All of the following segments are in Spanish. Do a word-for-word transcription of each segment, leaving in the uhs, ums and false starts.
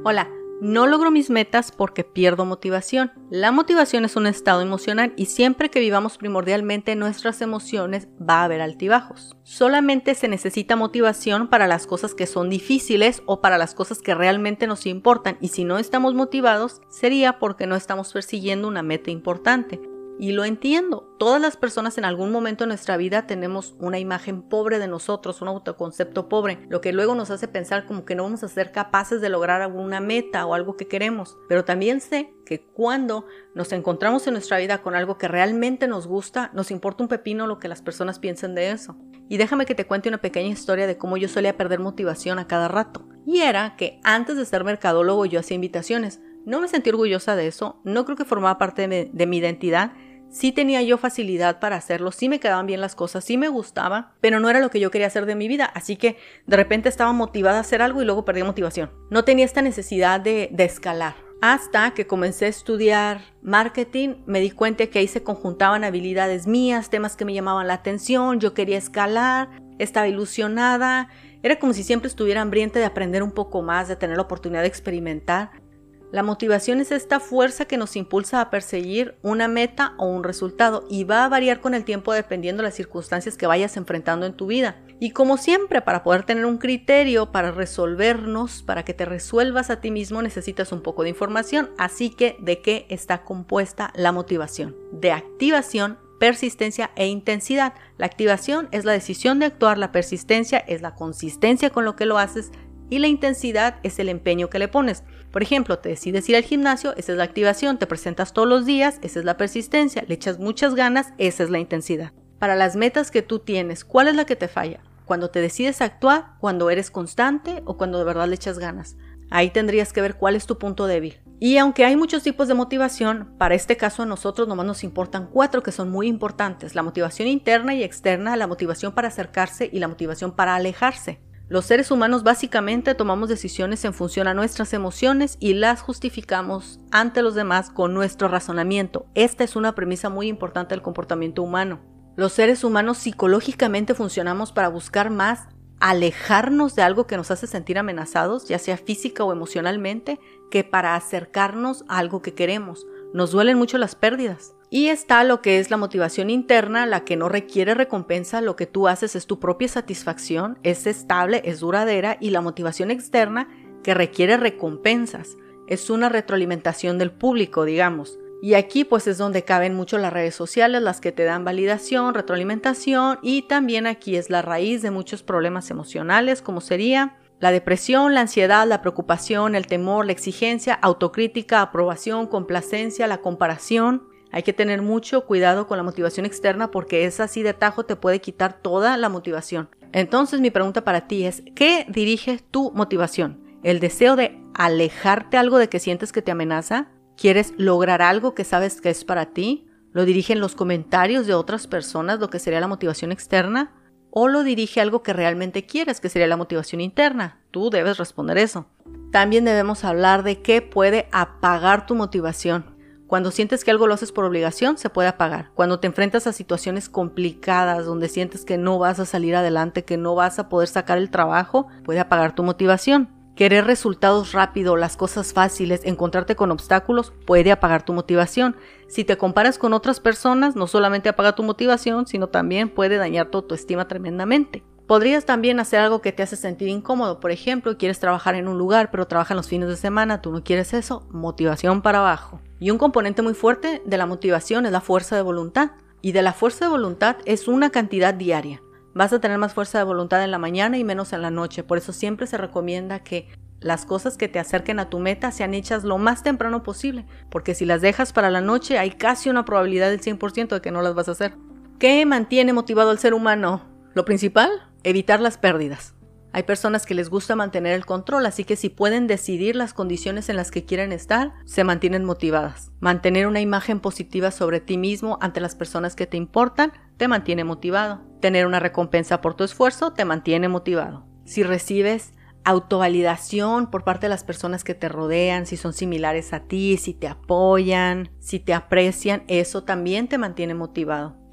Hola, no logro mis metas porque pierdo motivación. La motivación es un estado emocional y siempre que vivamos primordialmente nuestras emociones va a haber altibajos. Solamente se necesita motivación para las cosas que son difíciles o para las cosas que realmente nos importan, y si no estamos motivados sería porque no estamos persiguiendo una meta importante. Y lo entiendo, todas las personas en algún momento de nuestra vida tenemos una imagen pobre de nosotros, un autoconcepto pobre, lo que luego nos hace pensar como que no vamos a ser capaces de lograr alguna meta o algo que queremos. Pero también sé que cuando nos encontramos en nuestra vida con algo que realmente nos gusta, nos importa un pepino lo que las personas piensen de eso. Y déjame que te cuente una pequeña historia de cómo yo solía perder motivación a cada rato. Y era que antes de ser mercadólogo yo hacía invitaciones. No me sentí orgullosa de eso, no creo que formaba parte de mi, de mi identidad. Sí tenía yo facilidad para hacerlo, sí me quedaban bien las cosas, sí me gustaba, pero no era lo que yo quería hacer de mi vida, así que de repente estaba motivada a hacer algo y luego perdí motivación. No tenía esta necesidad de, de escalar. Hasta que comencé a estudiar marketing, me di cuenta que ahí se conjuntaban habilidades mías, temas que me llamaban la atención, yo quería escalar, estaba ilusionada, era como si siempre estuviera hambrienta de aprender un poco más, de tener la oportunidad de experimentar. La motivación es esta fuerza que nos impulsa a perseguir una meta o un resultado y va a variar con el tiempo dependiendo de las circunstancias que vayas enfrentando en tu vida. Y como siempre, para poder tener un criterio para resolvernos, para que te resuelvas a ti mismo, necesitas un poco de información. Así que, ¿de qué está compuesta la motivación? De activación, persistencia e intensidad. La activación es la decisión de actuar, la persistencia es la consistencia con lo que lo haces y la intensidad es el empeño que le pones. Por ejemplo, te decides ir al gimnasio, esa es la activación, te presentas todos los días, esa es la persistencia, le echas muchas ganas, esa es la intensidad. Para las metas que tú tienes, ¿cuál es la que te falla? Cuando te decides actuar, cuando eres constante o cuando de verdad le echas ganas. Ahí tendrías que ver cuál es tu punto débil. Y aunque hay muchos tipos de motivación, para este caso a nosotros nomás nos importan cuatro que son muy importantes: la motivación interna y externa, la motivación para acercarse y la motivación para alejarse. Los seres humanos básicamente tomamos decisiones en función a nuestras emociones y las justificamos ante los demás con nuestro razonamiento. Esta es una premisa muy importante del comportamiento humano. Los seres humanos psicológicamente funcionamos para buscar más alejarnos de algo que nos hace sentir amenazados, ya sea física o emocionalmente, que para acercarnos a algo que queremos. Nos duelen mucho las pérdidas. Y está lo que es la motivación interna, la que no requiere recompensa, lo que tú haces es tu propia satisfacción, es estable, es duradera, y la motivación externa que requiere recompensas, es una retroalimentación del público, digamos. Y aquí pues es donde caben mucho las redes sociales, las que te dan validación, retroalimentación, y también aquí es la raíz de muchos problemas emocionales, como sería la depresión, la ansiedad, la preocupación, el temor, la exigencia, autocrítica, aprobación, complacencia, la comparación. Hay que tener mucho cuidado con la motivación externa porque esa así de tajo te puede quitar toda la motivación. Entonces mi pregunta para ti es, ¿qué dirige tu motivación? ¿El deseo de alejarte algo de que sientes que te amenaza? ¿Quieres lograr algo que sabes que es para ti? ¿Lo dirigen los comentarios de otras personas, lo que sería la motivación externa? ¿O lo dirige algo que realmente quieres, que sería la motivación interna? Tú debes responder eso. También debemos hablar de qué puede apagar tu motivación. Cuando sientes que algo lo haces por obligación, se puede apagar. Cuando te enfrentas a situaciones complicadas, donde sientes que no vas a salir adelante, que no vas a poder sacar el trabajo, puede apagar tu motivación. Querer resultados rápido, las cosas fáciles, encontrarte con obstáculos, puede apagar tu motivación. Si te comparas con otras personas, no solamente apaga tu motivación, sino también puede dañar tu autoestima tremendamente. Podrías también hacer algo que te hace sentir incómodo. Por ejemplo, quieres trabajar en un lugar, pero trabajan los fines de semana, tú no quieres eso, motivación para abajo. Y un componente muy fuerte de la motivación es la fuerza de voluntad. Y de la fuerza de voluntad es una cantidad diaria. Vas a tener más fuerza de voluntad en la mañana y menos en la noche. Por eso siempre se recomienda que las cosas que te acerquen a tu meta sean hechas lo más temprano posible. Porque si las dejas para la noche, hay casi una probabilidad del cien por ciento de que no las vas a hacer. ¿Qué mantiene motivado al ser humano? Lo principal, evitar las pérdidas. Hay personas que les gusta mantener el control, así que si pueden decidir las condiciones en las que quieren estar, se mantienen motivadas. Mantener una imagen positiva sobre ti mismo ante las personas que te importan, te mantiene motivado. Tener una recompensa por tu esfuerzo, te mantiene motivado. Si recibes autovalidación por parte de las personas que te rodean, si son similares a ti, si te apoyan, si te aprecian, eso también te mantiene motivado.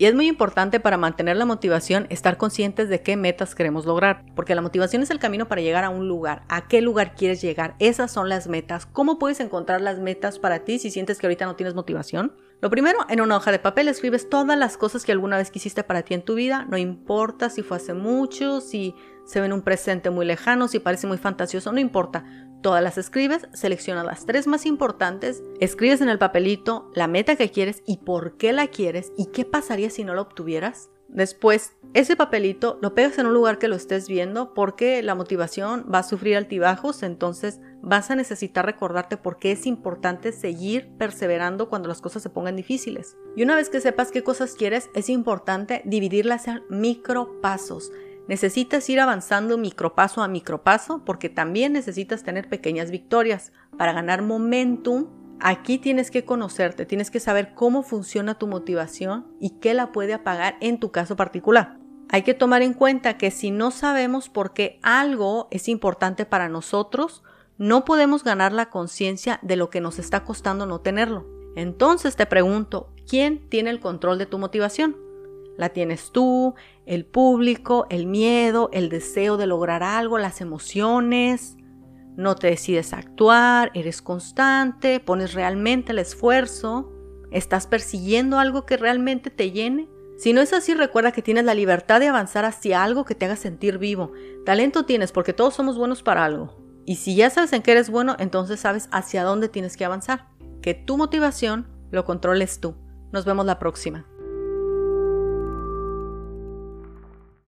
Y es muy importante para mantener la motivación estar conscientes de qué metas queremos lograr, porque la motivación es el camino para llegar a un lugar. ¿A qué lugar quieres llegar? Esas son las metas. ¿Cómo puedes encontrar las metas para ti si sientes que ahorita no tienes motivación? Lo primero, en una hoja de papel escribes todas las cosas que alguna vez quisiste para ti en tu vida, no importa si fue hace mucho, si se ve en un presente muy lejano, si parece muy fantasioso, no importa. Todas las escribes, selecciona las tres más importantes, escribes en el papelito la meta que quieres y por qué la quieres y qué pasaría si no la obtuvieras. Después, ese papelito lo pegas en un lugar que lo estés viendo porque la motivación va a sufrir altibajos, entonces vas a necesitar recordarte por qué es importante seguir perseverando cuando las cosas se pongan difíciles. Y una vez que sepas qué cosas quieres, es importante dividirlas en micropasos. Necesitas ir avanzando micropaso a micropaso porque también necesitas tener pequeñas victorias. Para ganar momentum, aquí tienes que conocerte, tienes que saber cómo funciona tu motivación y qué la puede apagar en tu caso particular. Hay que tomar en cuenta que si no sabemos por qué algo es importante para nosotros, no podemos ganar la conciencia de lo que nos está costando no tenerlo. Entonces te pregunto, ¿quién tiene el control de tu motivación? ¿La tienes tú, el público, el miedo, el deseo de lograr algo, las emociones? ¿No te decides a actuar? ¿Eres constante? ¿Pones realmente el esfuerzo? ¿Estás persiguiendo algo que realmente te llene? Si no es así, recuerda que tienes la libertad de avanzar hacia algo que te haga sentir vivo. Talento tienes porque todos somos buenos para algo. Y si ya sabes en qué eres bueno, entonces sabes hacia dónde tienes que avanzar. Que tu motivación lo controles tú. Nos vemos la próxima.